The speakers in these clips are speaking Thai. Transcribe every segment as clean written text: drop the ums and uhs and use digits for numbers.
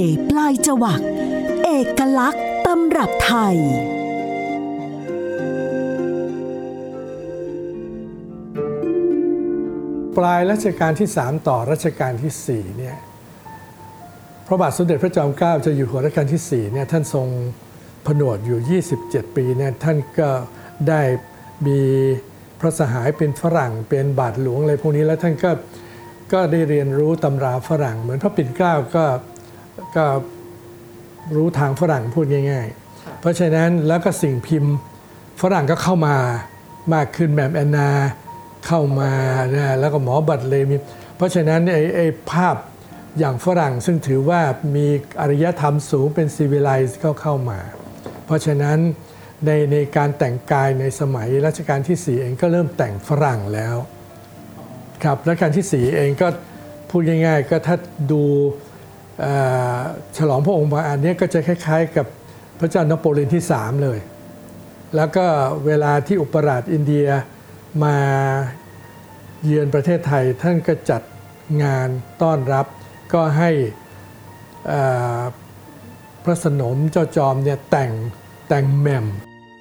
ปลายจวักเอกลักษณ์ตำรับไทยปลายรัชกาลที่3ต่อรัชกาลที่4เนี่ยพระบาทสมเด็จพระจอมเกล้าเจ้าอยู่หัวรัชกาลที่4เนี่ยท่านทรงผนวดอยู่27ปีเนี่ยท่านก็ได้มีพระสหายเป็นฝรั่งเป็นบาทหลวงอะไรพวกนี้แล้วท่านก็ได้เรียนรู้ตำราฝรั่งเหมือนพระปิ่นเกล้าก็รู้ทางฝรั่งพูดง่ายๆเพราะฉะนั้นแล้วก็สิ่งพิมพ์ฝรั่งก็เข้ามามากขึ้นแบบแอนนาเข้ามานะแล้วก็หมอบัตรเลยมีเพราะฉะนั้นไอ้ภาพอย่างฝรั่งซึ่งถือว่ามีอารยธรรมสูงเป็นซีวิไลซ์เข้ามาเพราะฉะนั้นในการแต่งกายในสมัยรัชกาลที่4เองก็เริ่มแต่งฝรั่งแล้วครับรัชกาลที่4เองก็พูดง่ายๆก็ถ้าดูฉลองพระองค์บางอันนี้ก็จะคล้ายๆกับพระเจ้านโปเลียนที่3เลยแล้วก็เวลาที่อุปราชอินเดียมาเยือนประเทศไทยท่านก็จัดงานต้อนรับก็ให้พระสนมเจ้าจอมเนี่ยแต่งแหม่ม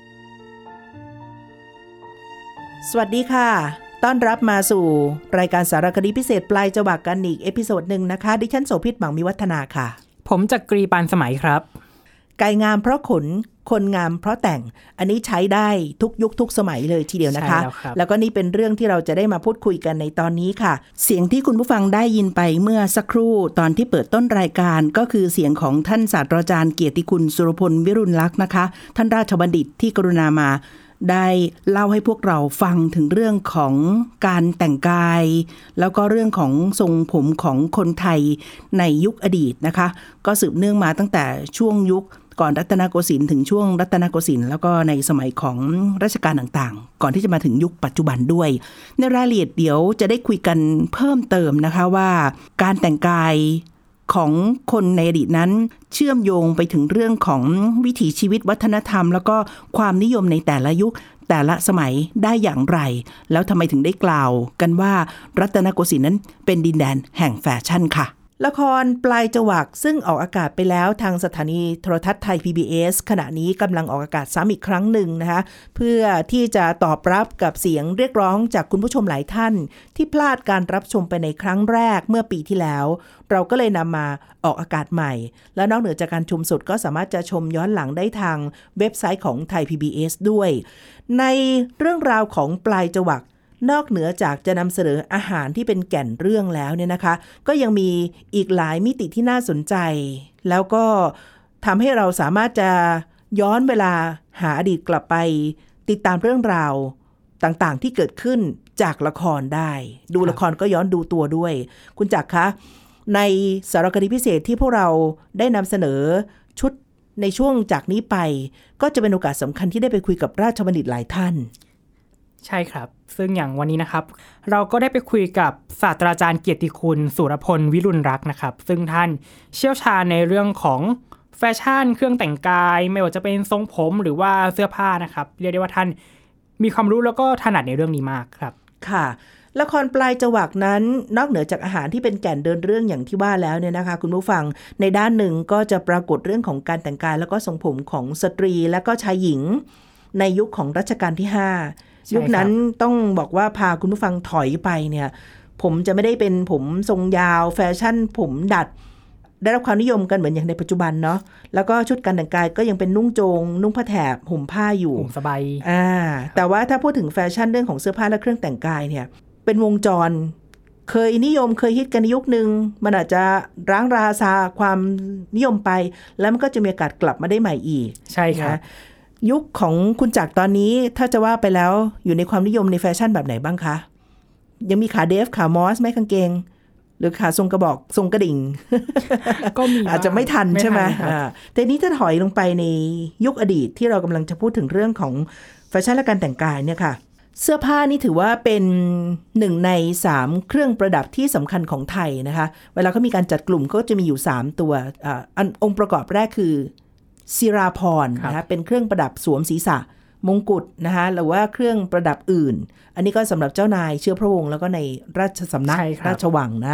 สวัสดีค่ะต้อนรับมาสู่รายการสารคดีพิเศษปลายจวักกันอีกเอพิโซดหนึ่งนะคะดิฉันโสภิต หมั่งมีวัฒนาค่ะผมจักรี ปานสมัยครับไก่งามเพราะขนคนงามเพราะแต่งอันนี้ใช้ได้ทุกยุคทุกสมัยเลยทีเดียวนะคะแล้วก็นี่เป็นเรื่องที่เราจะได้มาพูดคุยกันในตอนนี้ค่ะเสียงที่คุณผู้ฟังได้ยินไปเมื่อสักครู่ตอนที่เปิดต้นรายการก็คือเสียงของท่านศาสตราจารย์เกียรติคุณสุรพลวิรุณลักษณ์นะคะท่านราชบัณฑิตที่กรุณามาได้เล่าให้พวกเราฟังถึงเรื่องของการแต่งกายแล้วก็เรื่องของทรงผมของคนไทยในยุคอดีตนะคะก็สืบเนื่องมาตั้งแต่ช่วงยุคก่อนรัตนโกสินทร์ถึงช่วงรัตนโกสินทร์แล้วก็ในสมัยของรัชกาลต่างๆก่อนที่จะมาถึงยุคปัจจุบันด้วยในรายละเอียดเดี๋ยวจะได้คุยกันเพิ่มเติมนะคะว่าการแต่งกายของคนในอดีตนั้นเชื่อมโยงไปถึงเรื่องของวิถีชีวิตวัฒนธรรมแล้วก็ความนิยมในแต่ละยุคแต่ละสมัยได้อย่างไรแล้วทำไมถึงได้กล่าวกันว่ารัตนโกสินทร์นั้นเป็นดินแดนแห่งแฟชั่นค่ะละครปลายจวักซึ่งออกอากาศไปแล้วทางสถานีโทรทัศน์ไทย PBS ขณะนี้กำลังออกอากาศซ้ำอีกครั้งหนึ่งนะคะเพื่อที่จะตอบรับกับเสียงเรียกร้องจากคุณผู้ชมหลายท่านที่พลาดการรับชมไปในครั้งแรกเมื่อปีที่แล้วเราก็เลยนำมาออกอากาศใหม่และนอกเหนือจากการชมสดก็สามารถจะชมย้อนหลังได้ทางเว็บไซต์ของไทย PBS ด้วยในเรื่องราวของปลายจวักนอกเหนือจากจะนำเสนออาหารที่เป็นแก่นเรื่องแล้วเนี่ยนะคะก็ยังมีอีกหลายมิติที่น่าสนใจแล้วก็ทำให้เราสามารถจะย้อนเวลาหาอดีตกลับไปติดตามเรื่องราวต่างๆที่เกิดขึ้นจากละครได้ดูละครก็ย้อนดูตัวด้วยคุณจักรคะในสารคดีพิเศษที่พวกเราได้นำเสนอชุดในช่วงจากนี้ไปก็จะเป็นโอกาสสำคัญที่ได้ไปคุยกับราชบัณฑิตหลายท่านใช่ครับซึ่งอย่างวันนี้นะครับเราก็ได้ไปคุยกับศาสตราจารย์เกียรติคุณสุรพลวิรุณรักษ์นะครับซึ่งท่านเชี่ยวชาญในเรื่องของแฟชั่นเครื่องแต่งกายไม่ว่าจะเป็นทรงผมหรือว่าเสื้อผ้านะครับเรียกได้ว่าท่านมีความรู้แล้วก็ถนัดในเรื่องนี้มากครับค่ะละครปลายจวักนั้นนอกเหนือจากอาหารที่เป็นแก่นเดินเรื่องอย่างที่ว่าแล้วเนี่ยนะคะคุณผู้ฟังในด้านหนึ่งก็จะปรากฏเรื่องของการแต่งกายแล้วก็ทรงผมของสตรีและก็ชายหญิงในยุคของรัชกาลที่5ยุคนั้นต้องบอกว่าพาคุณผู้ฟังถอยไปเนี่ยผมจะไม่ได้เป็นผมทรงยาวแฟชั่นผมดัดได้รับความนิยมกันเหมือนอย่างในปัจจุบันเนาะแล้วก็ชุดการแต่งกายก็ยังเป็นนุ่งโจงนุ่งผ้าแถบห่มผ้าอยู่ห่มสบายแต่ว่าถ้าพูดถึงแฟชั่นเรื่องของเสื้อผ้าและเครื่องแต่งกายเนี่ยเป็นวงจรเคยนิยมเคยฮิตกันในยุคนึงมันอาจจะร้างราซาความนิยมไปแล้วมันก็จะมีโอกาสกลับมาได้ใหม่อีกใช่ครับยุคของคุณจักรตอนนี้ถ้าจะว่าไปแล้วอยู่ในความนิยมในแฟชั่นแบบไหนบ้างคะยังมีขาเดฟขามอสไหมกางเกงหรือขาทรงกระบอกทรงกระดิ่งก็มีอาจจะไม่ทันใช่ไหมแต่นี้ถ้าถอยลงไปในยุคอดีตที่เรากำลังจะพูดถึงเรื่องของแฟชั่นและการแต่งกายเนี่ยค่ะเสื้อผ้านี่ถือว่าเป็น1ใน3เครื่องประดับที่สำคัญของไทยนะคะเวลาเขามีการจัดกลุ่มก็จะมีอยู่3ตัวองค์ประกอบแรกคือศิราภรณ์นะคะเป็นเครื่องประดับสวมศีรษะมงกุฎนะคะหรือว่าเครื่องประดับอื่นอันนี้ก็สำหรับเจ้านายเชื้อพระวงศ์แล้วก็ในราชสำนักราชวังนะ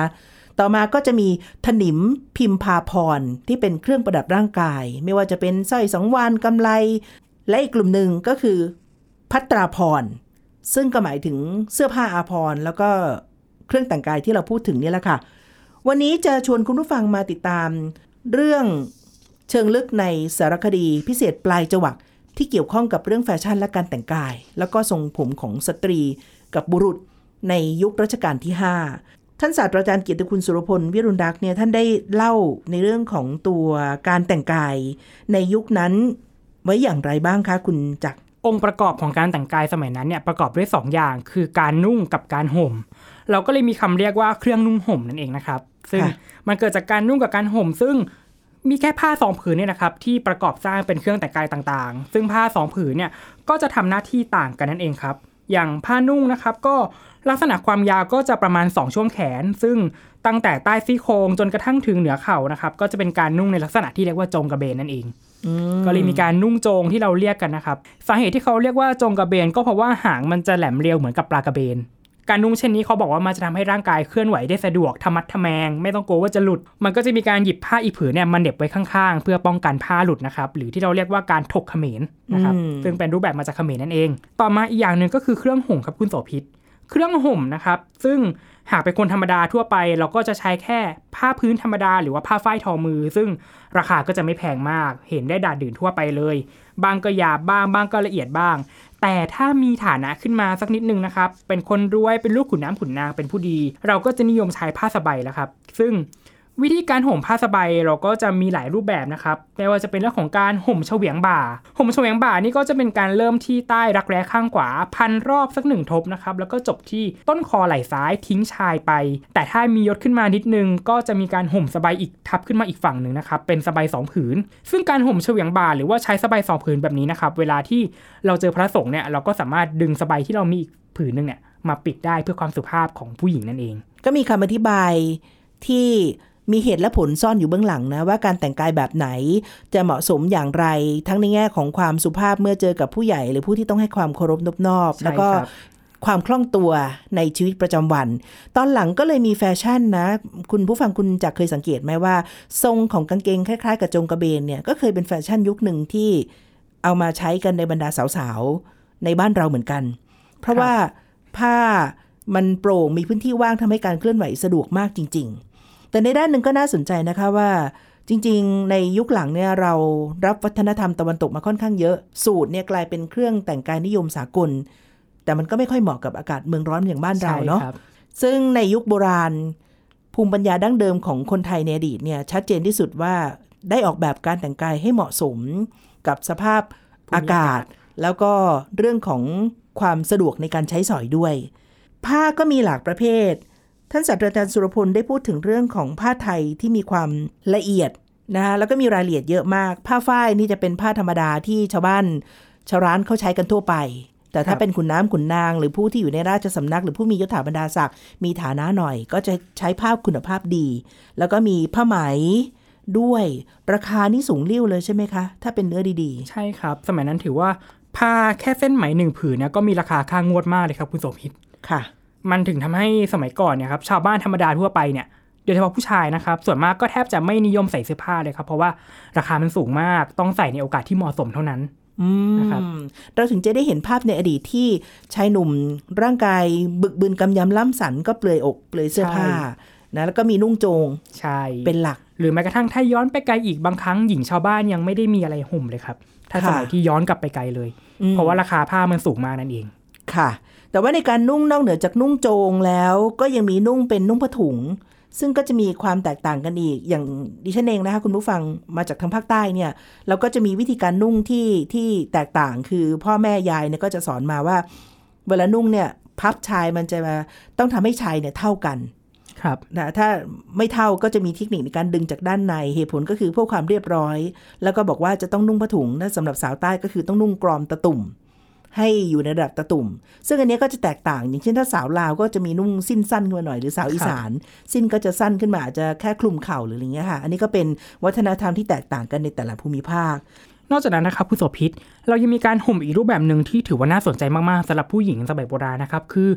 ต่อมาก็จะมีถนิมพิมพาพรที่เป็นเครื่องประดับร่างกายไม่ว่าจะเป็นสร้อย2 วานกำไลและอีกกลุ่มหนึ่งก็คือภัตราพรซึ่งก็หมายถึงเสื้อผ้าอาภรณ์แล้วก็เครื่องแต่งกายที่เราพูดถึงนี่แหละค่ะวันนี้จะชวนคุณผู้ฟังมาติดตามเรื่องเชิงลึกในสารคดีพิเศษปลายจวักที่เกี่ยวข้องกับเรื่องแฟชั่นและการแต่งกายแล้วก็ทรงผมของสตรีกับบุรุษในยุครัชกาลที่5ท่านศาสตราจารย์เกียรติคุณสุรพลวิรุณรักษ์เนี่ยท่านได้เล่าในเรื่องของตัวการแต่งกายในยุคนั้นไว้อย่างไรบ้างคะคุณจักรองค์ประกอบของการแต่งกายสมัยนั้นเนี่ยประกอบด้วย2 อย่างคือการนุ่งกับการห่มเราก็เลยมีคำเรียกว่าเครื่องนุ่งห่มนั่นเองนะครับซึ่งมันเกิดจากการนุ่งกับการห่มซึ่งมีแค่ผ้า2 ผืนเนี่ยนะครับที่ประกอบสร้างเป็นเครื่องแต่งกายต่างๆซึ่งผ้า2 ผืนเนี่ยก็จะทำหน้าที่ต่างกันนั่นเองครับอย่างผ้านุ่งนะครับก็ลักษณะความยาวก็จะประมาณ2 ช่วงแขนซึ่งตั้งแต่ใต้ซี่โครงจนกระทั่งถึงเหนือเข่านะครับก็จะเป็นการนุ่งในลักษณะที่เรียกว่าจงกระเบนนั่นเองก็เลยมีการนุ่งโจงที่เราเรียกกันนะครับสาเหตุที่เขาเรียกว่าจงกระเบนก็เพราะว่าหางมันจะแหลมเรียวเหมือนกับปลากระเบนการนุ่งเช่นนี้เขาบอกว่ามันจะทำให้ร่างกายเคลื่อนไหวได้สะดวกทะมัดทะแมงไม่ต้องกลัวว่าจะหลุดมันก็จะมีการหยิบผ้าอีผืนเนี่ยมาเหน็บไว้ข้างๆเพื่อป้องกันผ้าหลุดนะครับหรือที่เราเรียกว่าการถกเขมรนะครับซึ่งเป็นรูปแบบมาจากเขมรนั่นเองต่อมาอีกอย่างนึงก็คือเครื่องห่มครับคุณโสภิตเครื่องห่มนะครับซึ่งหากเป็นคนธรรมดาทั่วไปเราก็จะใช้แค่ผ้าพื้นธรรมดาหรือว่าผ้าฝ้ายทอมือซึ่งราคาก็จะไม่แพงมากเห็นได้ดาดดื่นทั่วไปเลยบางก็หยาบบ้างก็ละเอียดบ้างแต่ถ้ามีฐานะขึ้นมาสักนิดนึงนะครับเป็นคนรวยเป็นลูกขุนน้ำขุนนางเป็นผู้ดีเราก็จะนิยมใช้ผ้าสบายแล้วครับซึ่งวิธีการห่มผ้าสบายเราก็จะมีหลายรูปแบบนะครับไม่ว่าจะเป็นเรื่องของการห่มเฉวียงบ่าห่มเฉวียงบ่านี่ก็จะเป็นการเริ่มที่ใต้รักแร้ข้างขวาพันรอบสัก1 ทบนะครับแล้วก็จบที่ต้นคอไหล่ซ้ายทิ้งชายไปแต่ถ้ามียศขึ้นมานิดนึงก็จะมีการห่มสบายอีกทับขึ้นมาอีกฝั่งหนึ่งนะครับเป็นสบาย2 ผืนซึ่งการห่มเฉวียงบ่าหรือว่าใช้สบาย2 ผืนแบบนี้นะครับเวลาที่เราเจอพระสงฆ์เนี่ยเราก็สามารถดึงสบายที่เรามีอีกผืนนึงเนี่ยมาปิดได้เพื่อความสุภาพของผู้หญิงนั่นเองก็มีคำอธิบายที่มีเหตุและผลซ่อนอยู่เบื้องหลังนะว่าการแต่งกายแบบไหนจะเหมาะสมอย่างไรทั้งในแง่ของความสุภาพเมื่อเจอกับผู้ใหญ่หรือผู้ที่ต้องให้ความเคารพนอบน้อมแล้วก็ความคล่องตัวในชีวิตประจำวันตอนหลังก็เลยมีแฟชั่นนะคุณผู้ฟังคุณจักเคยสังเกตไหมว่าทรงของกางเกงคล้ายๆกับจงกระเบนเนี่ยก็เคยเป็นแฟชั่นยุคหนึ่งที่เอามาใช้กันในบรรดาสาวๆในบ้านเราเหมือนกันเพราะว่าผ้ามันโปร่งมีพื้นที่ว่างทำให้การเคลื่อนไหวสะดวกมากจริงๆแต่ในด้านหนึ่งก็น่าสนใจนะคะว่าจริงๆในยุคหลังเนี่ยเรารับวัฒนธรรมตะวันตกมาค่อนข้างเยอะสูทเนี่ยกลายเป็นเครื่องแต่งกายนิยมสากลแต่มันก็ไม่ค่อยเหมาะกับอากาศเมืองร้อนอย่างบ้านเราเนาะซึ่งในยุคโบราณภูมิปัญญาดั้งเดิมของคนไทยในอดีตเนี่ยชัดเจนที่สุดว่าได้ออกแบบการแต่งกายให้เหมาะสมกับสภาพอากาศแล้วก็เรื่องของความสะดวกในการใช้สอยด้วยผ้าก็มีหลากประเภทท่านศาสตราจารย์สุรพลได้พูดถึงเรื่องของผ้าไทยที่มีความละเอียดนะแล้วก็มีรายละเอียดเยอะมากผ้าฝ้ายนี่จะเป็นผ้าธรรมดาที่ชาวบ้านชาวร้านเขาใช้กันทั่วไปแต่ถ้าเป็นขุนน้ำขุนนางหรือผู้ที่อยู่ในราชสำนักหรือผู้มียศถาบรรดาศักดิ์มีฐานะหน่อยก็จะใช้ผ้าคุณภาพดีแล้วก็มีผ้าไหมด้วยราคานี่สูงลิ่วเลยใช่ไหมคะถ้าเป็นเนื้อดีๆใช่ครับสมัยนั้นถือว่าผ้าแค่เส้นไหม1 ผืนเนี่ยก็มีราคาค่างวดมากเลยครับคุณโสภิตค่ะมันถึงทำให้สมัยก่อนเนี่ยครับชาวบ้านธรรมดาทั่วไปเนี่ยโดยเฉพาะผู้ชายนะครับส่วนมากก็แทบจะไม่นิยมใส่เสื้อผ้าเลยครับเพราะว่าราคามันสูงมากต้องใส่ในโอกาสที่เหมาะสมเท่านั้นนะครับเราถึงจะได้เห็นภาพในอดีตที่ชายหนุ่มร่างกายบึกบึนกำยำล่ำสันก็เปลือยอกเปลือยเสื้อผ้านะแล้วก็มีนุ่งโจงใช่เป็นหลักหรือแม้กระทั่งถ้าย้อนไปไกลอีกบางครั้งหญิงชาวบ้านยังไม่ได้มีอะไรห่มเลยครับถ้าสมัยที่ย้อนกลับไปไกลเลยเพราะว่าราคาผ้ามันสูงมากนั่นเองค่ะแต่ว่าในการนุ่งนอกเหนือจากนุ่งโจงแล้วก็ยังมีนุ่งเป็นนุ่งผ้าถุงซึ่งก็จะมีความแตกต่างกันอีกอย่างดิฉันเองนะคะคุณผู้ฟังมาจากทางภาคใต้เนี่ยเราก็จะมีวิธีการนุ่งที่แตกต่างคือพ่อแม่ยายเนี่ยก็จะสอนมาว่าเวลานุ่งเนี่ยพับชายมันจะต้องทำให้ชายเนี่ยเท่ากันครับนะถ้าไม่เท่าก็จะมีเทคนิคในการดึงจากด้านในเหตุผลก็คือเพื่อความเรียบร้อยแล้วก็บอกว่าจะต้องนุ่งผ้าถุงถ้าสำหรับสาวใต้ก็คือต้องนุ่งกรอมตะตุ่มให้อยู่ในระดับตะตุ่มซึ่งอันนี้ก็จะแตกต่างอย่างเช่นถ้าสาวลาวก็จะมีนุ่งสิ้นสั้นขึ้นมาหน่อยหรือสาวอีสานสิ้นก็จะสั้นขึ้นมาอาจจะแค่คลุมเข่าหรืออะไรเงี้ยค่ะอันนี้ก็เป็นวัฒนธรรมที่แตกต่างกันในแต่ละภูมิภาคนอกจากนั้นนะครับคุณโสภิตเรายังมีการห่มอีกรูปแบบนึงที่ถือว่าน่าสนใจมากๆสำหรับผู้หญิงสมัยโบราณนะครับคือ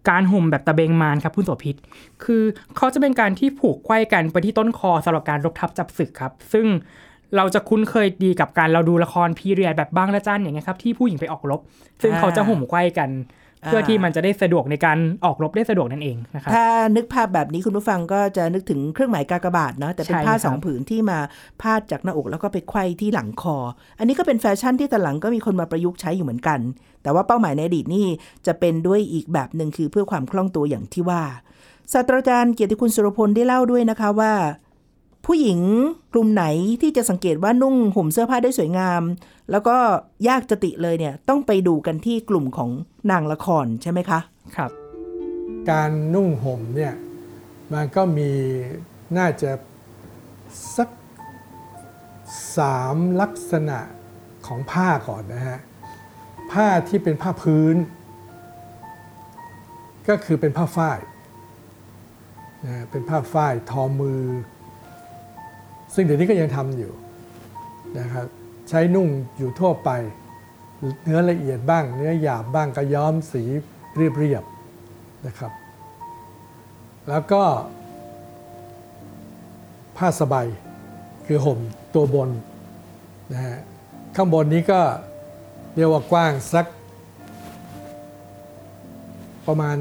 การห่มแบบตะเบงมารครับคุณโสภิตคือเขาจะเป็นการที่ผูกไขว้กันไปที่ต้นคอสำหรับการรบทับจับศึกครับซึ่งเราจะคุ้นเคยดีกับการเราดูละครพีเรียดแบบบางระจันอย่างเงี้ยครับที่ผู้หญิงไปออกรบซึ่งเขาจะห่มไขว้กันเพื่อที่มันจะได้สะดวกในการออกรบได้สะดวกนั่นเองนะครับถ้านึกภาพแบบนี้คุณผู้ฟังก็จะนึกถึงเครื่องหมายกากบาทเนาะแต่เป็นผ้า2ผืนที่มาพาดจากหน้าอกแล้วก็ไปไขว้ที่หลังคออันนี้ก็เป็นแฟชั่นที่ตอนหลังก็มีคนมาประยุกต์ใช้อยู่เหมือนกันแต่ว่าเป้าหมายในอดีตนี่จะเป็นด้วยอีกแบบนึงคือเพื่อความคล่องตัวอย่างที่ว่าศาสตราจารย์เกียรติคุณสุรพลได้เล่าด้วยนะคะว่าผู้หญิงกลุ่มไหนที่จะสังเกตว่านุ่งห่มเสื้อผ้าได้สวยงามแล้วก็ยากจะติเลยเนี่ยต้องไปดูกันที่กลุ่มของนางละครใช่ไหมคะครับการนุ่งห่มเนี่ยมันก็มีน่าจะสัก3ลักษณะของผ้าก่อนนะฮะผ้าที่เป็นผ้าพื้นก็คือเป็นผ้าฝ้ายนะเป็นผ้าฝ้ายทอมือซึ่งเดี๋ยวนี้ก็ยังทำอยู่นะครับใช้นุ่งอยู่ทั่วไปเนื้อละเอียดบ้างเนื้อหยาบบ้างก็ย้อมสีเรียบๆนะครับแล้วก็ผ้าสบายคือห่มตัวบนนะฮะข้างบนนี้ก็เรียกว่ากว้างสักประมาณ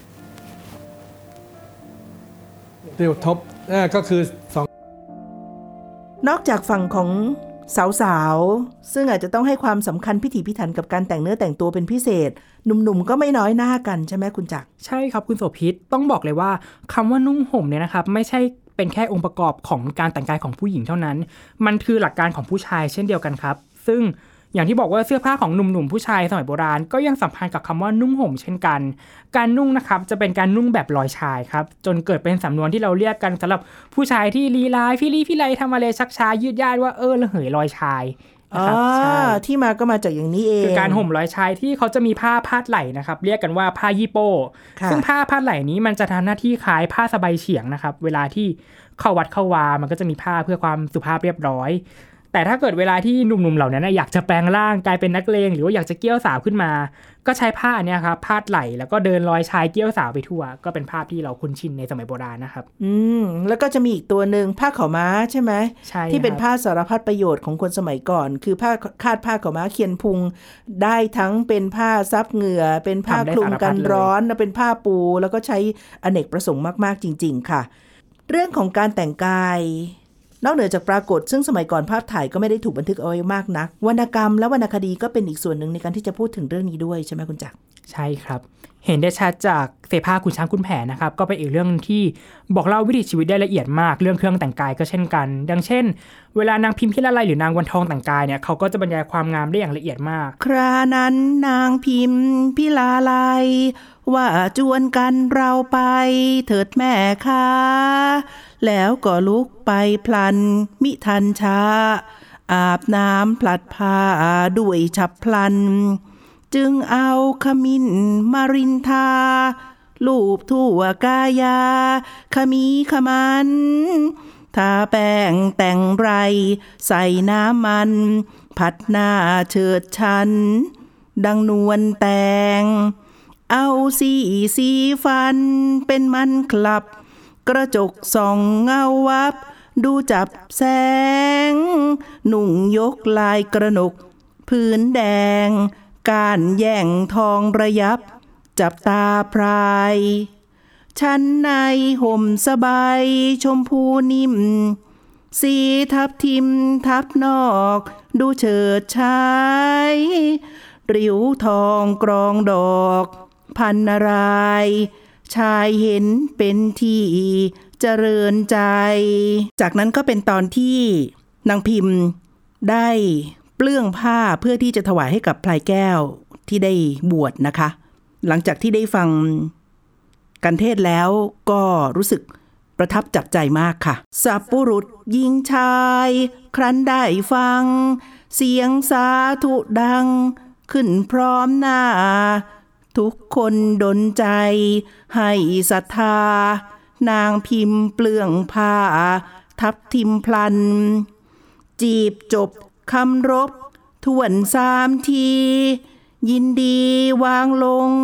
เรียวทบก็คือนอกจากฝั่งของสาวๆซึ่งอาจจะต้องให้ความสำคัญพิถีพิถันกับการแต่งเนื้อแต่งตัวเป็นพิเศษหนุ่มๆก็ไม่น้อยหน้ากันใช่ไหมคุณจักรใช่ครับคุณโสภิตต้องบอกเลยว่าคำว่านุ่งห่มเนี่ยนะครับไม่ใช่เป็นแค่องค์ประกอบของการแต่งกายของผู้หญิงเท่านั้นมันคือหลักการของผู้ชายเช่นเดียวกันครับซึ่งอย่างที่บอกว่าเสื้อผ้าของหนุ่มๆผู้ชายสมัยโบราณก็ยังสัมพันธ์กับคำว่านุ่งห่มเช่นกันการนุ่งนะครับจะเป็นการนุ่งแบบลอยชายครับจนเกิดเป็นสำนวนที่เราเรียกกันสำหรับผู้ชายที่ลีลาพี่ไลทำอะไรชักช้ายืดยาดว่าระเหยลอยชายนะครับที่มาก็มาจากอย่างนี้เองคือการห่มลอยชายที่เขาจะมีผ้าพาดไหล่นะครับเรียกกันว่าผ้ายี่โป้ซึ่งผ้าพาดไหล่นี้มันจะทำหน้าที่คล้ายผ้าสบายเฉียงนะครับเวลาที่เข้าวัดเข้าวามันก็จะมีผ้าเพื่อความสุภาพเรียบร้อยแต่ถ้าเกิดเวลาที่หนุ่มๆเหล่านั้นอยากจะแปลงร่างกลายเป็นนักเลงหรือว่าอยากจะเกี้ยวสาวขึ้นมาก็ใช้ผ้าอันนี้ครับพาดไหล่แล้วก็เดินลอยชายเกี้ยวสาวไปทั่วก็เป็นภาพที่เราคุ้นชินในสมัยโบราณนะครับแล้วก็จะมีอีกตัวนึงผ้าขาวม้าใช่ไหมใช่ที่เป็นผ้าสารพัดประโยชน์ของคนสมัยก่อนคือผ้าคาดผ้าขาวม้าเคียนพุงได้ทั้งเป็นผ้าซับเหงื่อเป็นผ้าคลุมกันร้อนเป็นผ้าปูแล้วก็ใช้อเนกประสงค์มากๆจริงๆค่ะเรื่องของการแต่งกายนอกเหนือจากปรากฏซึ่งสมัยก่อนภาพถ่ายก็ไม่ได้ถูกบันทึกเอาไว้มากนักวรรณกรรมและวรรณคดีก็เป็นอีกส่วนหนึ่งในการที่จะพูดถึงเรื่องนี้ด้วยใช่ไหมคุณจักรใช่ครับเห็นได้ชัดจากเสภาขุนช้างขุนแผนนะครับก็เป็นอีกเรื่องที่บอกเล่าวิถีชีวิตได้ละเอียดมากเรื่องเครื่องแต่งกายก็เช่นกันดังเช่นเวลานางพิมพิลาไลหรือนางวันทองแต่งกายเนี่ยเขาก็จะบรรยายความงามได้อย่างละเอียดมากครานั้นนางพิมพิลาไลว่าจวนกันเราไปเถิดแม่ค้าแล้วก็ลุกไปพลันมิทันช้าอาบน้ำพลัดผ้าด้วยฉับพลันจึงเอาขมิ้นมารินทาลูบทั่วกายาขมีขมันทาแป้งแต่งไรใส่น้ำมันผัดหน้าเฉิดชันดังนวลแตงเอาสีฟันเป็นมันคลับกระจกส่องเงาวับดูจับแสงนุ่งยกลายกระหนกพื้นแดงการแย่งทองระยับจับตาพรายชั้นในห่มสบายชมพูนิ่มสีทับทิมทับนอกดูเฉิดชายริ้วทองกรองดอกพันนารายชายเห็นเป็นที่เจริญใจจากนั้นก็เป็นตอนที่นางพิมพ์ได้เปลื้องผ้าเพื่อที่จะถวายให้กับพลายแก้วที่ได้บวชนะคะหลังจากที่ได้ฟังกันเทศแล้วก็รู้สึกประทับจับใจมากค่ะสัพปุรุษหญิงชายครั้นได้ฟังเสียงสาธุดังขึ้นพร้อมหน้าทุกคนดลใจให้ศรัทธานางพิมพ์เปลื้องผ้าทับทิมพลันจีบจบคำรบทวน3 ทียินดีวางลง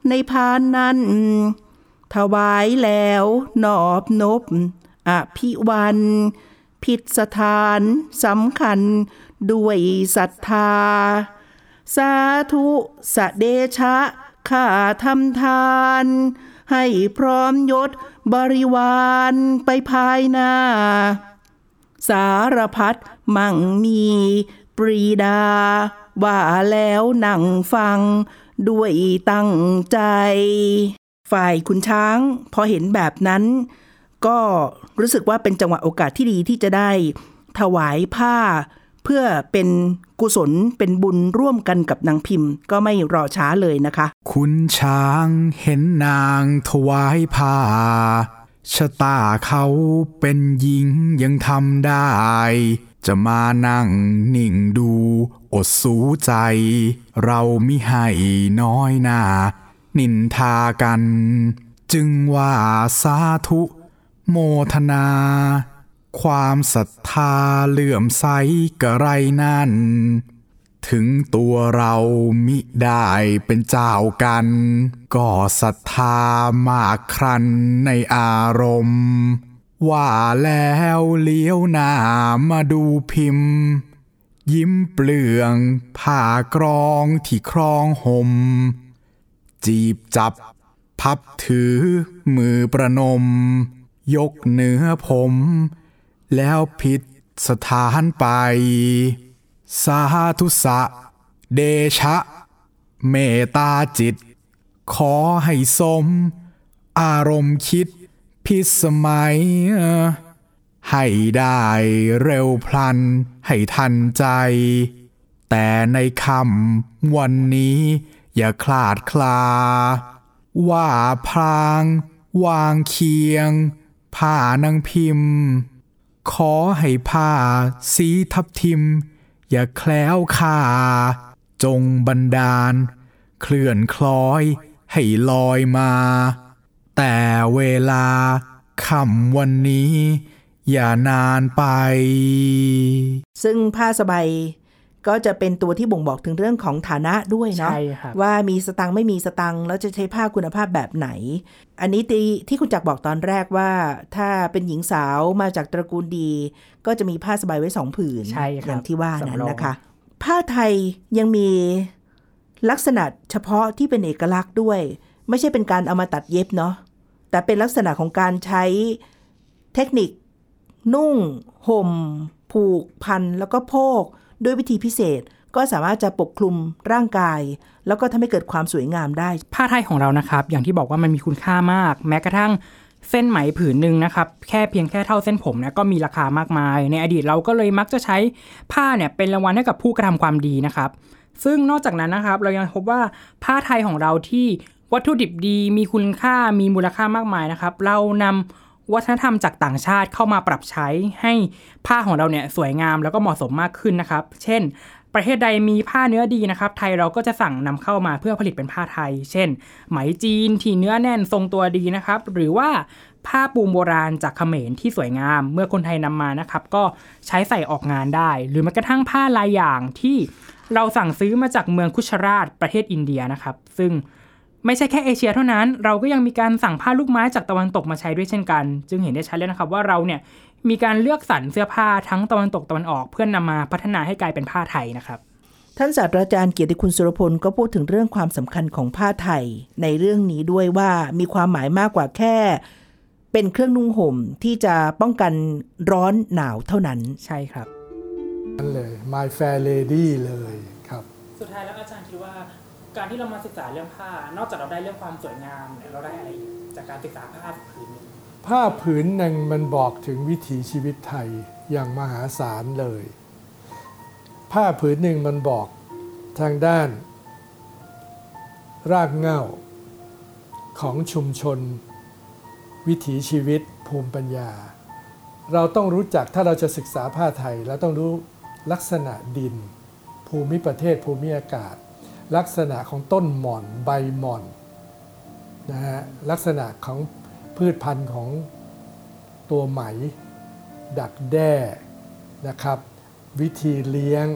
ในพานนั้นถวายแล้วนอบนบอภิวันผิดสถานสำคัญด้วยศรัทธาสาธุสเดชะข้าทำทานให้พร้อมยศบริวารไปภายหน้าสารพัดมั่งมีปรีดาว่าแล้วนั่งฟังด้วยตั้งใจฝ่ายขุนช้างพอเห็นแบบนั้นก็รู้สึกว่าเป็นจังหวะโอกาสที่ดีที่จะได้ถวายผ้าเพื่อเป็นกุศลเป็นบุญร่วมกันกับนางพิมพ์ก็ไม่รอช้าเลยนะคะขุนช้างเห็นนางถวายผ้าชะตาเขาเป็นหญิงยังทำได้จะมานั่งนิ่งดูอดสูใจเรามิให้น้อยหน้านินทากันจึงว่าสาธุโมทนาความศรัทธาเลื่อมใสกระไรนั่นถึงตัวเรามิได้เป็นเจ้ากันก็ศรัทธามากครันในอารมณ์ว่าแล้วเลี้ยวหน้ามาดูพิมพ์ยิ้มเปลืองผ้ากรองที่ครองห่มจีบจับพับถือมือประนมยกเหนือผมแล้วผิดสถานไปสาธุสะเดชะเมตตาจิตขอให้สมอารมณ์คิดพิสมัยให้ได้เร็วพลันให้ทันใจแต่ในคำวันนี้อย่าคลาดคลาว่าพรางวางเคียงผ้านางพิมพ์ขอให้ผ้าสีทับทิมอย่าแคล้วคาจงบันดาลเคลื่อนคล้อยให้ลอยมาแต่เวลาค่ำวันนี้อย่านานไปซึ่งผ้าสบายก็จะเป็นตัวที่บ่งบอกถึงเรื่องของฐานะด้วยเนาะว่ามีสตังค์ไม่มีสตังค์แล้วจะใช้ผ้าคุณภาพแบบไหนอันนี้ที่คุณจักรบอกตอนแรกว่าถ้าเป็นหญิงสาวมาจากตระกูลดีก็จะมีผ้าสบายไว้2 ผืนอย่างที่ว่านั้นนะคะผ้าไทยยังมีลักษณะเฉพาะที่เป็นเอกลักษณ์ด้วยไม่ใช่เป็นการเอามาตัดเย็บเนาะแต่เป็นลักษณะของการใช้เทคนิคนุ่งห่มผูกพันแล้วก็โพกด้วยวิธีพิเศษก็สามารถจะปกคลุมร่างกายแล้วก็ทำให้เกิดความสวยงามได้ผ้าไทยของเรานะครับอย่างที่บอกว่ามันมีคุณค่ามากแม้กระทั่งเส้นไหมผืนนึงนะครับเพียงแค่เท่าเส้นผมเนี่ยก็มีราคามากมายในอดีตเราก็เลยมักจะใช้ผ้าเนี่ยเป็นรางวัลให้กับผู้กระทำความดีนะครับซึ่งนอกจากนั้นนะครับเรายังพบว่าผ้าไทยของเราที่วัตถุดิบดีมีคุณค่ามีมูลค่ามากมายนะครับเรานำวัฒนธรรมจากต่างชาติเข้ามาปรับใช้ให้ผ้าของเราเนี่ยสวยงามแล้วก็เหมาะสมมากขึ้นนะครับเช่นประเทศใดมีผ้าเนื้อดีนะครับไทยเราก็จะสั่งนำเข้ามาเพื่อผลิตเป็นผ้าไทยเช่นไหมจีนที่เนื้อแน่นทรงตัวดีนะครับหรือว่าผ้าปูโบราณจากเขมรที่สวยงามเมื่อคนไทยนำมานะครับก็ใช้ใส่ออกงานได้หรือแม้กระทั่งผ้าลายอย่างที่เราสั่งซื้อมาจากเมืองคุชราชประเทศอินเดียนะครับซึ่งไม่ใช่แค่เอเชียเท่านั้นเราก็ยังมีการสั่งผ้าลูกไม้จากตะวันตกมาใช้ด้วยเช่นกันจึงเห็นได้ชัดเลยนะครับว่าเราเนี่ยมีการเลือกสรรเสื้อผ้าทั้งตะวันตกตะวันออกเพื่อนำมาพัฒนาให้กลายเป็นผ้าไทยนะครับท่านศาสตราจารย์เกียรติคุณสุรพลก็พูดถึงเรื่องความสำคัญของผ้าไทยในเรื่องนี้ด้วยว่ามีความหมายมากกว่าแค่เป็นเครื่องนุ่งห่มที่จะป้องกันร้อนหนาวเท่านั้นใช่ครับนั่นเลย My Fair Lady เลยครับสุดท้ายแล้วอาจารย์คิดว่าการที่เรามาศึกษาเรื่องผ้านอกจากเราได้เรื่องความสวยงามเราได้อะไรจากการศึกษาผ้าผืนนึงผ้าผืนหนึ่งมันบอกถึงวิถีชีวิตไทยอย่างมหาศาลเลยผ้าผืนหนึ่งมันบอกทางด้านรากเหง้าของชุมชนวิถีชีวิตภูมิปัญญาเราต้องรู้จักถ้าเราจะศึกษาผ้าไทยเราต้องรู้ลักษณะดินภูมิประเทศภูมิอากาศลักษณะของต้นหม่อนใบหม่อนนะฮะลักษณะของพืชพันธุ์ของตัวไหมดักแด้นะครับวิธีเลี้ยง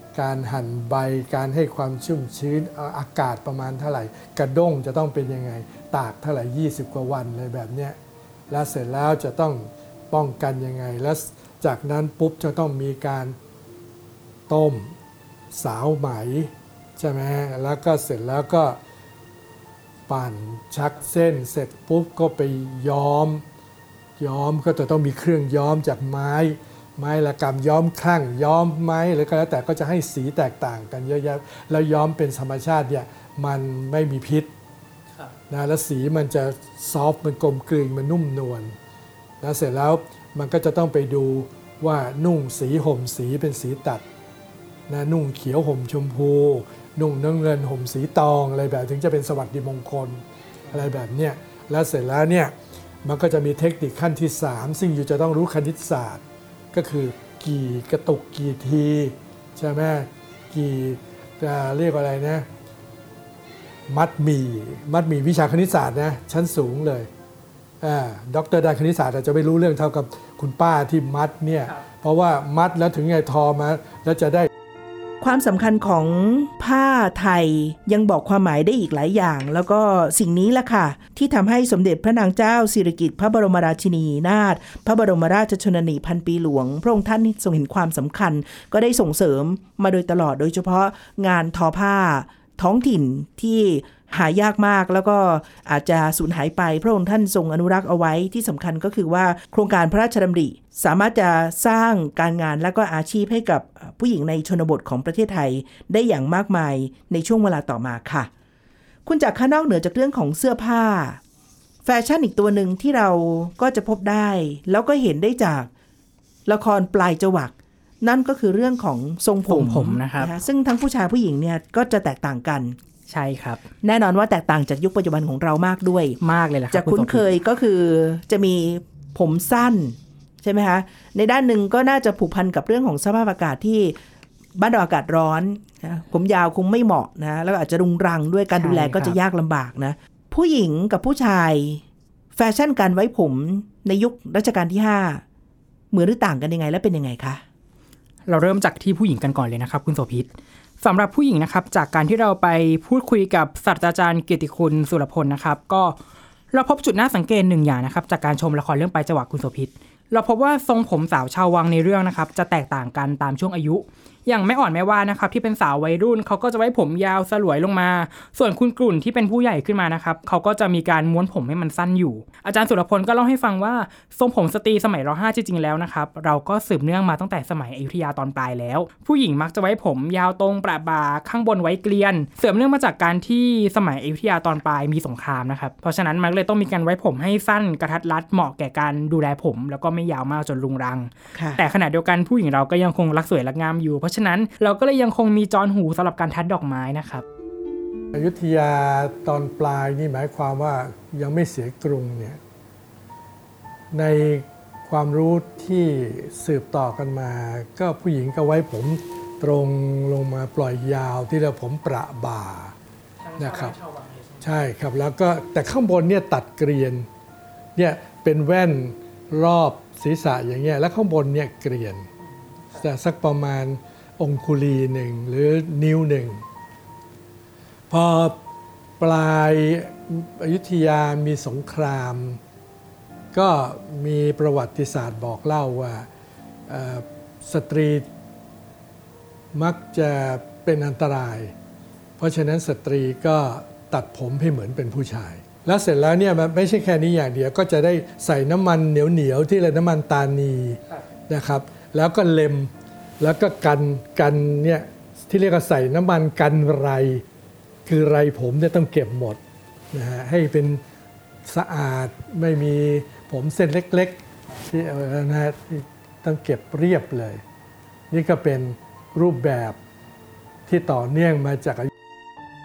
การหั่นใบการให้ความชุ่มชื้นอากาศประมาณเท่าไหร่กระด้งจะต้องเป็นยังไงตากเท่าไหร่20 กว่าวันเลยแบบเนี้ยแล้วเสร็จแล้วจะต้องป้องกันยังไงแล้วจากนั้นปุ๊บจะต้องมีการต้มสาวไหมใช่ไหมแล้วก็เสร็จแล้วก็ปั่นชักเส้นเสร็จปุ๊บก็ไปย้อมก็จะต้องมีเครื่องย้อมจากไม้ละกำย้อมคลั่งย้อมไม้หรือก็แล้วแต่ก็จะให้สีแตกต่างกันเยอะแยะแล้วย้อมเป็นธรรมชาติเนี่ยมันไม่มีพิษนะแล้วสีมันจะซอฟต์มันกลมกลืนมันนุ่มนวลแล้วเสร็จแล้วมันก็จะต้องไปดูว่านุ่งสีห่มสีเป็นสีตัดนะนุ่งเขียวห่มชมพูนุ่งน้ำเงินห่มสีตองอะไรแบบถึงจะเป็นสวัสดิมงคลอะไรแบบเนี้ยแล้วเสร็จแล้วเนี่ยมันก็จะมีเทคนิคขั้นที่3ซึ่งอยู่จะต้องรู้คณิตศาสตร์ก็คือกี่กระตุกกี่ทีใช่ไหมกี่เรียกอะไรนะมัดหมี่วิชาคณิตศาสตร์นะชั้นสูงเลยด็อกเตอร์ด้านคณิตศาสตร์อาจจะไม่รู้เรื่องเท่ากับคุณป้าที่มัดเนี่ยเพราะว่ามัดแล้วถึงไงทอมาแล้วจะได้ความสำคัญของผ้าไทยยังบอกความหมายได้อีกหลายอย่างแล้วก็สิ่งนี้แหละค่ะที่ทำให้สมเด็จพระนางเจ้าสิริกิติ์พระบรมราชินีนาถพระบรมราชชนนีพันปีหลวงพระองค์ท่านทรงเห็นความสำคัญก็ได้ส่งเสริมมาโดยตลอดโดยเฉพาะงานทอผ้าท้องถิ่นที่หายากมากแล้วก็อาจจะสูญหายไปพระองค์ท่านทรงอนุรักษ์เอาไว้ที่สำคัญก็คือว่าโครงการพระราชดำริสามารถจะสร้างการงานและก็อาชีพให้กับผู้หญิงในชนบทของประเทศไทยได้อย่างมากมายในช่วงเวลาต่อมาค่ะคุณจากข้างนอกเหนือจากเรื่องของเสื้อผ้าแฟชั่นอีกตัวหนึ่งที่เราก็จะพบได้แล้วก็เห็นได้จากละครปลายจวักนั่นก็คือเรื่องของทรงผมนะครับซึ่งทั้งผู้ชายผู้หญิงเนี่ยก็จะแตกต่างกันใช่ครับแน่นอนว่าแตกต่างจากยุคปัจจุบันของเรามากด้วยมากเลยแหละจะคุ้นเคยก็คือจะมีผมสั้นใช่ไหมคะในด้านหนึ่งก็น่าจะผูกพันกับเรื่องของสภาพอากาศที่บ้านเราอากาศร้อนนะผมยาวคงไม่เหมาะนะแล้วอาจจะรุงรังด้วยการดูแลก็จะยากลำบากนะผู้หญิงกับผู้ชายแฟชั่นการไว้ผมในยุครัชกาลที่5เหมือนหรือต่างกันยังไงและเป็นยังไงคะเราเริ่มจากที่ผู้หญิงกันก่อนเลยนะครับคุณโสภิตสำหรับผู้หญิงนะครับจากการที่เราไปพูดคุยกับศาสตราจารย์เกียรติคุณสุรพลนะครับก็เราพบจุดน่าสังเกต1อย่างนะครับจากการชมละครเรื่องปลายจวักคุณโสภิตเราพบว่าทรงผมสาวชาววังในเรื่องนะครับจะแตกต่างกันตามช่วงอายุอย่างแม่อ่อนแม่ว่านะครับที่เป็นสาววัยรุ่นเขาก็จะไว้ผมยาวสลวยลงมาส่วนคุณกลุ่นที่เป็นผู้ใหญ่ขึ้นมานะครับเขาก็จะมีการม้วนผมให้มันสั้นอยู่อาจารย์สุรพลก็เล่าให้ฟังว่าทรงผมสตรีสมัยร.5 จริงๆแล้วนะครับเราก็สืบเนื่องมาตั้งแต่สมัยอยุธยาตอนปลายแล้วผู้หญิงมักจะไว้ผมยาวตรงประบ่าข้างบนไว้เกลียนเสริมเนื่องมาจากการที่สมัยอยุธยาตอนปลายมีสงครามนะครับเพราะฉะนั้นมันเลยต้องมีการไว้ผมให้สั้นกระทัดรัดเหมาะแก่การดูแลผมแล้วก็ไม่ยาวมากจนรุงรังแต่ขณะเดียวกันผู้หญิงเราก็ยังคงรักสวยรักงามอยู่เพราะฉะนั้นเราก็เลยยังคงมีจอนหูสำหรับการทัดดอกไม้นะครับอยุธยาตอนปลายนี่หมายความว่ายังไม่เสียกรุงเนี่ยในความรู้ที่สืบต่อกันมาก็ผู้หญิงก็ไว้ผมตรงลงมาปล่อยยาวที่เราผมประบ่านะครับใช่ครับแล้วก็แต่ข้างบนเนี่ยตัดเกรียนเนี่ยเป็นแว่นรอบศีรษะอย่างเงี้ยแล้วข้างบนเนี่ยเกรียนแต่สักประมาณองคุลีหนึ่งหรือนิ้วหนึ่งพอปลายอยุธยามีสงครามก็มีประวัติศาสตร์บอกเล่าว่าสตรีมักจะเป็นอันตรายเพราะฉะนั้นสตรีก็ตัดผมให้เหมือนเป็นผู้ชายแล้วเสร็จแล้วเนี่ยมันไม่ใช่แค่นี้อย่างเดียวก็จะได้ใส่น้ำมันเหนียวๆที่เรียกน้ำมันตานีนะครับแล้วก็เล็มแล้วก็กันเนี่ยที่เรียกว่าใส่น้ำมันกันไรคือไรผมเนี่ยต้องเก็บหมดนะฮะให้เป็นสะอาดไม่มีผมเส้นเล็กๆที่นะฮะต้องเก็บเรียบเลยนี่ก็เป็นรูปแบบที่ต่อเนื่องมาจากทีนี้พ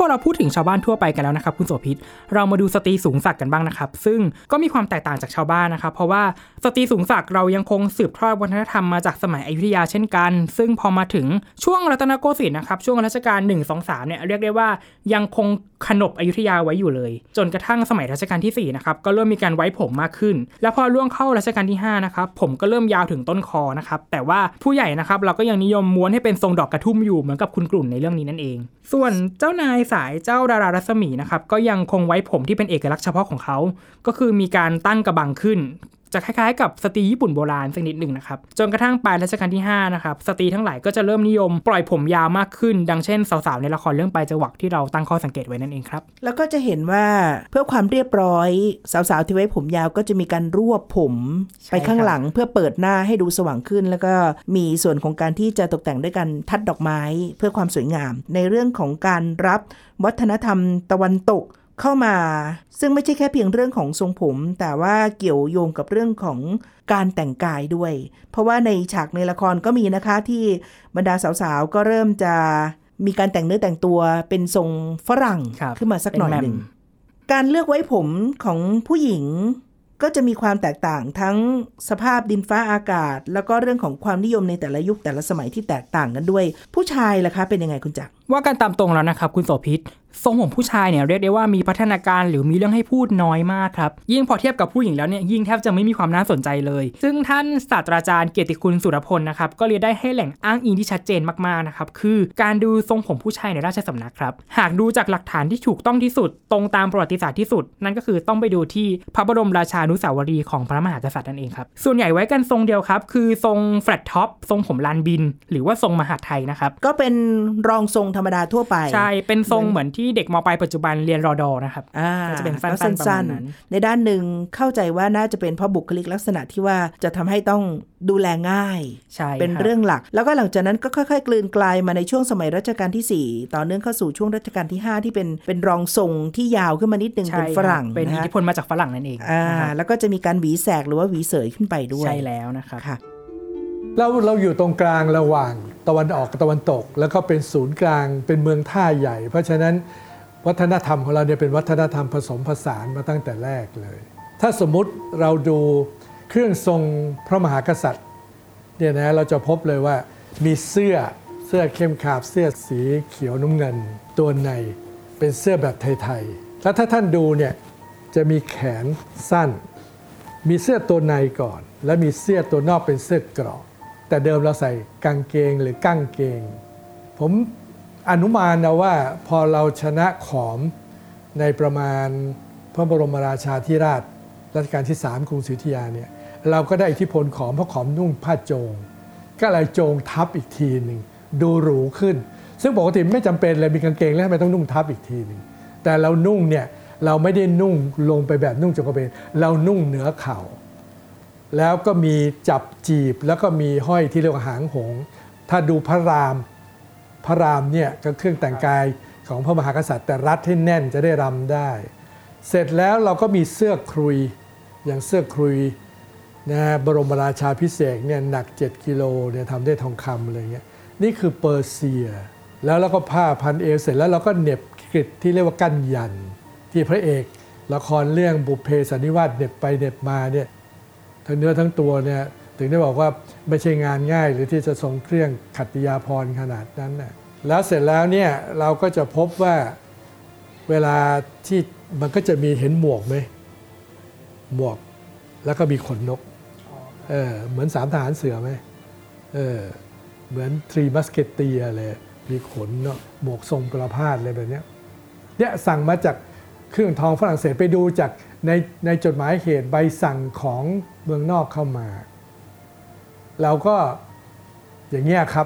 พอเราพูดถึงชาวบ้านทั่วไปกันแล้วนะครับคุณโสภิตเรามาดูสตรีสูงศักดิ์กันบ้างนะครับซึ่งก็มีความแตกต่างจากชาวบ้านนะครับเพราะว่าสตรีสูงศักดิ์เรายังคงสืบทอดวัฒนธรรมมาจากสมัยอยุธยาเช่นกันซึ่งพอมาถึงช่วงรัตนโกสินทร์นะครับช่วงรัชกาล1 2 3เนี่ยเรียกได้ว่ายังคงขนบอยุธยาไว้อยู่เลยจนกระทั่งสมัยรัชกาลที่4นะครับก็เริ่มมีการไว้ผมมากขึ้นแล้วพอล่วงเข้ารัชกาลที่5นะครับผมก็เริ่มยาวถึงต้นคอนะครับแต่ว่าผู้ใหญ่นะครับเราก็ยังนิยมม้วนให้เป็นทรงดอกกระทุ่มอยู่เหมือนกับคุณกลุ่นในเรื่องนี้นั่นเองส่วนเจ้านายสายเจ้าดารารัศมีนะครับก็ยังคงไว้ผมที่เป็นเอกลักษณ์เฉพาะของเขาก็คือมีการตั้งกระบังขึ้นจะคล้ายๆกับสตรีญี่ปุ่นโบราณสักนิดหนึ่งนะครับจนกระทั่งปลายรัชกาลที่5นะครับสตรีทั้งหลายก็จะเริ่มนิยมปล่อยผมยาวมากขึ้นดังเช่นสาวๆในละครเรื่องปลายจวักที่เราตั้งข้อสังเกตไว้นั่นเองครับแล้วก็จะเห็นว่าเพื่อความเรียบร้อยสาวๆที่ไว้ผมยาวก็จะมีการรวบผมไปข้างหลังเพื่อเปิดหน้าให้ดูสว่างขึ้นแล้วก็มีส่วนของการที่จะตกแต่งด้วยการทัดดอกไม้เพื่อความสวยงามในเรื่องของการรับวัฒนธรรมตะวันตกเข้ามาซึ่งไม่ใช่แค่เพียงเรื่องของทรงผมแต่ว่าเกี่ยวโยงกับเรื่องของการแต่งกายด้วยเพราะว่าในฉากในละครก็มีนะคะที่บรรดาสาวๆก็เริ่มจะมีการแต่งเนื้อแต่งตัวเป็นทรงฝรั่งขึ้นมาสักหน่อยหนึ่งการเลือกไว้ผมของผู้หญิงก็จะมีความแตกต่างทั้งสภาพดินฟ้าอากาศแล้วก็เรื่องของความนิยมในแต่ละยุคแต่ละสมัยที่แตกต่างกันด้วยผู้ชายล่ะคะเป็นยังไงคุณจักรว่ากันตามตรงแล้วนะครับคุณโสภิตทรงผมผู้ชายเนี่ยเรียกได้ว่ามีพัฒนาการหรือมีเรื่องให้พูดน้อยมากครับยิ่งพอเทียบกับผู้หญิงแล้วเนี่ยยิ่งแทบจะไม่มีความน่าสนใจเลยซึ่งท่านศาสตราจารย์เกียรติคุณสุรพลนะครับก็เรียกได้ให้แหล่งอ้างอิงที่ชัดเจนมากๆนะครับคือการดูทรงผมผู้ชายในราชสำนักครับหากดูจากหลักฐานที่ถูกต้องที่สุดตรงตามประวัติศาสตร์ที่สุดนั่นก็คือต้องไปดูที่พระบรมราชานุสาวรีย์ของพระมหากษัตริย์นั่นเองครับส่วนใหญ่ไว้กันทรงเดียวครับคือทรงแฟลตท็อปทรงผมลานบินหรือว่าทรงมหาดไทยนะครับก็เป็นรองทรงธรรมดาทั่วไปใช่เป็นทรงเหมือนที่เด็กม.ปลายปัจจุบันเรียนรด.นะครับจะเป็นสั้นๆในด้านหนึ่งเข้าใจว่าน่าจะเป็นเพราะบุคลิกลักษณะที่ว่าจะทำให้ต้องดูแลง่ายเป็นเรื่องหลักแล้วก็หลังจากนั้นก็ค่อยๆกลืนกลายมาในช่วงสมัยรัชกาลที่4ต่อเนื่องเข้าสู่ช่วงรัชกาลที่5ที่เป็นรองทรงที่ยาวขึ้นมานิดนึงเป็นฝรั่งเป็นอิทธิพลมาจากฝรั่งนั่นเองแล้วก็จะมีการหวีแสกหรือว่าหวีเสยขึ้นไปด้วยใช่แล้วนะครับเราอยู่ตรงกลางระหว่างตะวันออกกับตะวันตกแล้วก็เป็นศูนย์กลางเป็นเมืองท่าใหญ่เพราะฉะนั้นวัฒนธรรมของเราเนี่ยเป็นวัฒนธรรมผสมผสานมาตั้งแต่แรกเลยถ้าสมมุติเราดูเครื่องทรงพระมหากษัตริย์เนี่ยนะเราจะพบเลยว่ามีเสื้อเข้มขาบเสื้อสีเขียวน้ำเงินตัวในเป็นเสื้อแบบไทยๆแล้วถ้าท่านดูเนี่ยจะมีแขนสั้นมีเสื้อตัวในก่อนแล้วมีเสื้อตัวนอกเป็นเสื้อเกราะแต่เดิมเราใส่กางเกงหรือกั้งเกงผมอนุมานนะว่าพอเราชนะขอมในประมาณพระบรมราชาธิราชรัชกาลที่3กรุงศรีอยุธยาเนี่ยเราก็ได้อิทธิพลขอมเพราะขอมนุ่งผ้าโจงก็เลยโจงทับอีกทีหนึ่งดูหรูขึ้นซึ่งปกติไม่จำเป็นเลยมีกางเกงแล้วทำไมต้องนุ่งทับอีกทีหนึ่งแต่เรานุ่งเนี่ยเราไม่ได้นุ่งลงไปแบบนุ่งจงกระเบนเรานุ่งเหนือเข่าแล้วก็มีจับจีบแล้วก็มีห้อยที่เรียกว่าหางหงส์ถ้าดูพระรามเนี่ยก็เครื่องแต่งกายของพระมหากษัตริย์แต่รัดให้แน่นจะได้รำได้เสร็จแล้วเราก็มีเสื้อครุยอย่างเสื้อครุยนะบรมราชาภิเษกเนี่ยหนัก7กิโลเนี่ยทำได้ทองคำอะไรเงี้ยนี่คือเปอร์เซียแล้วเราก็ผ้าพันเอวเสร็จแล้วเราก็เหน็บกริดที่เรียกว่ากั้นยันที่พระเอกละครเรื่องบุพเพสันนิวาสเหน็บไปเหน็บมาเนี่ยทั้งเนื้อทั้งตัวเนี่ยถึงได้บอกว่าไม่ใช่งานง่ายหรือที่จะทรงเครื่องขัตติยาภรณ์ขนาดนั้นนะแล้วเสร็จแล้วเนี่ยเราก็จะพบว่าเวลาที่มันก็จะมีเห็นหมวกไหมหมวกแล้วก็มีขนนกเหมือน3ทหารเสือไหมเหมือน3 Musketeers เลยมีขนเนาะหมวกทรงประพาสอะไรแบบนี้เนี่ยสั่งมาจากเครื่องทองฝรั่งเศสไปดูจากในจดหมายเหตุใบสั่งของเมืองนอกเข้ามาเราก็อย่างเงี้ยครับ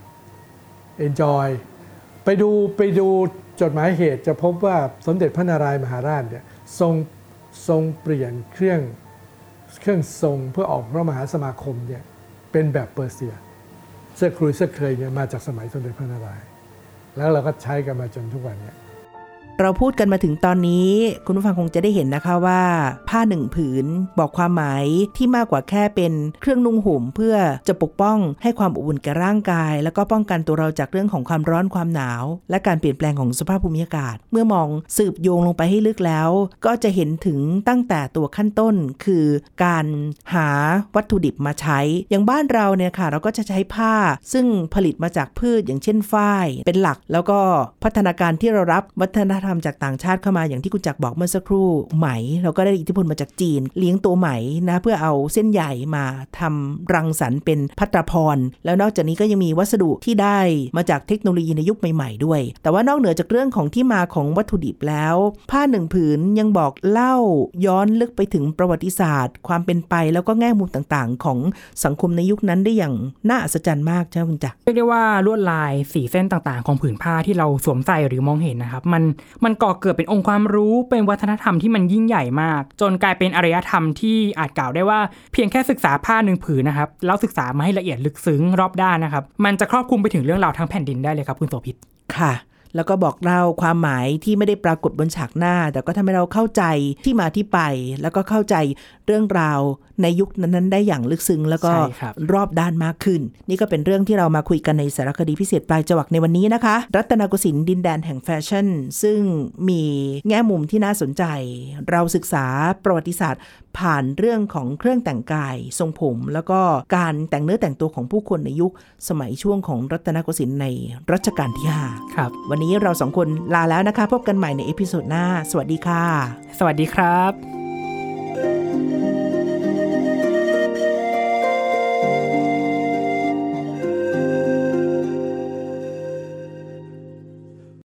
enjoy ไปดูจดหมายเหตุจะพบว่าสมเด็จพระนารายณ์มหาราชเนี่ยทรงเปลี่ยนเครื่องทรงเพื่อออกพระมหาสมาคมเนี่ยเป็นแบบเปอร์เซียเสื้อคลุยเสื้อเคยเนี่ยมาจากสมัยสมเด็จพระนารายณ์แล้วเราก็ใช้กันมาจนทุกวันนี้เราพูดกันมาถึงตอนนี้คุณผู้ฟังคงจะได้เห็นนะคะว่าผ้าหนึ่งผืนบอกความหมายที่มากกว่าแค่เป็นเครื่องนุ่งห่มเพื่อจะปกป้องให้ความอบอุ่นแก่ร่างกายแล้วก็ป้องกันตัวเราจากเรื่องของความร้อนความหนาวและการเปลี่ยนแปลงของสภาพภูมิอากาศเมื่อมองสืบโยงลงไปให้ลึกแล้วก็จะเห็นถึงตั้งแต่ตัวขั้นต้นคือการหาวัตถุดิบมาใช้อย่างบ้านเราเนี่ยค่ะเราก็จะใช้ผ้าซึ่งผลิตมาจากพืชอย่างเช่นฝ้ายเป็นหลักแล้วก็พัฒนาการที่เรารับวัฒนธรรมจากต่างชาติเข้ามาอย่างที่คุณจักรบอกเมื่อสักครู่ไหมเราก็ได้อิทธิพลมาจากจีนเลี้ยงตัวไหมนะเพื่อเอาเส้นใยมาทำรังสรรค์เป็นภัตราพรแล้วนอกจากนี้ก็ยังมีวัสดุที่ได้มาจากเทคโนโลยีในยุคใหม่ๆด้วยแต่ว่านอกเหนือจากเรื่องของที่มาของวัตถุดิบแล้วผ้าหนึ่งผืนยังบอกเล่าย้อนลึกไปถึงประวัติศาสตร์ความเป็นไปแล้วก็แง่มุมต่างๆของสังคมในยุคนั้นได้อย่างน่าอัศจรรย์มากใช่ไหมคุณจักรเรียกได้ว่าลวดลายสีเส้นต่างๆของผืนผ้าที่เราสวมใส่หรือมองเห็นนะครับมันก่อเกิดเป็นองค์ความรู้เป็นวัฒนธรรมที่มันยิ่งใหญ่มากจนกลายเป็นอารยธรรมที่อาจกล่าวได้ว่าเพียงแค่ศึกษาผ้าหนึ่งผืนนะครับแล้วศึกษามาให้ละเอียดลึกซึ้งรอบด้านนะครับมันจะครอบคลุมไปถึงเรื่องราวทั้งแผ่นดินได้เลยครับคุณโสภิตค่ะแล้วก็บอกเล่าความหมายที่ไม่ได้ปรากฏบนฉากหน้าแต่ก็ทำให้เราเข้าใจที่มาที่ไปแล้วก็เข้าใจเรื่องราวในยุคนั้นๆได้อย่างลึกซึ้งแล้วก็รอบด้านมากขึ้นนี่ก็เป็นเรื่องที่เรามาคุยกันในสารคดีพิเศษปลายจวักในวันนี้นะคะรัตนโกสินทร์ดินแดนแห่งแฟชั่นซึ่งมีแง่มุมที่น่าสนใจเราศึกษาประวัติศาสตร์ผ่านเรื่องของเครื่องแต่งกายทรงผมแล้วก็การแต่งเนื้อแต่งตัวของผู้คนในยุคสมัยช่วงของรัตนโกสินทร์ในรัชกาลที่5 ครับวันนี้เรา2คนลาแล้วนะคะพบกันใหม่ในเอพิโซดหน้าสวัสดีค่ะสวัสดีครับ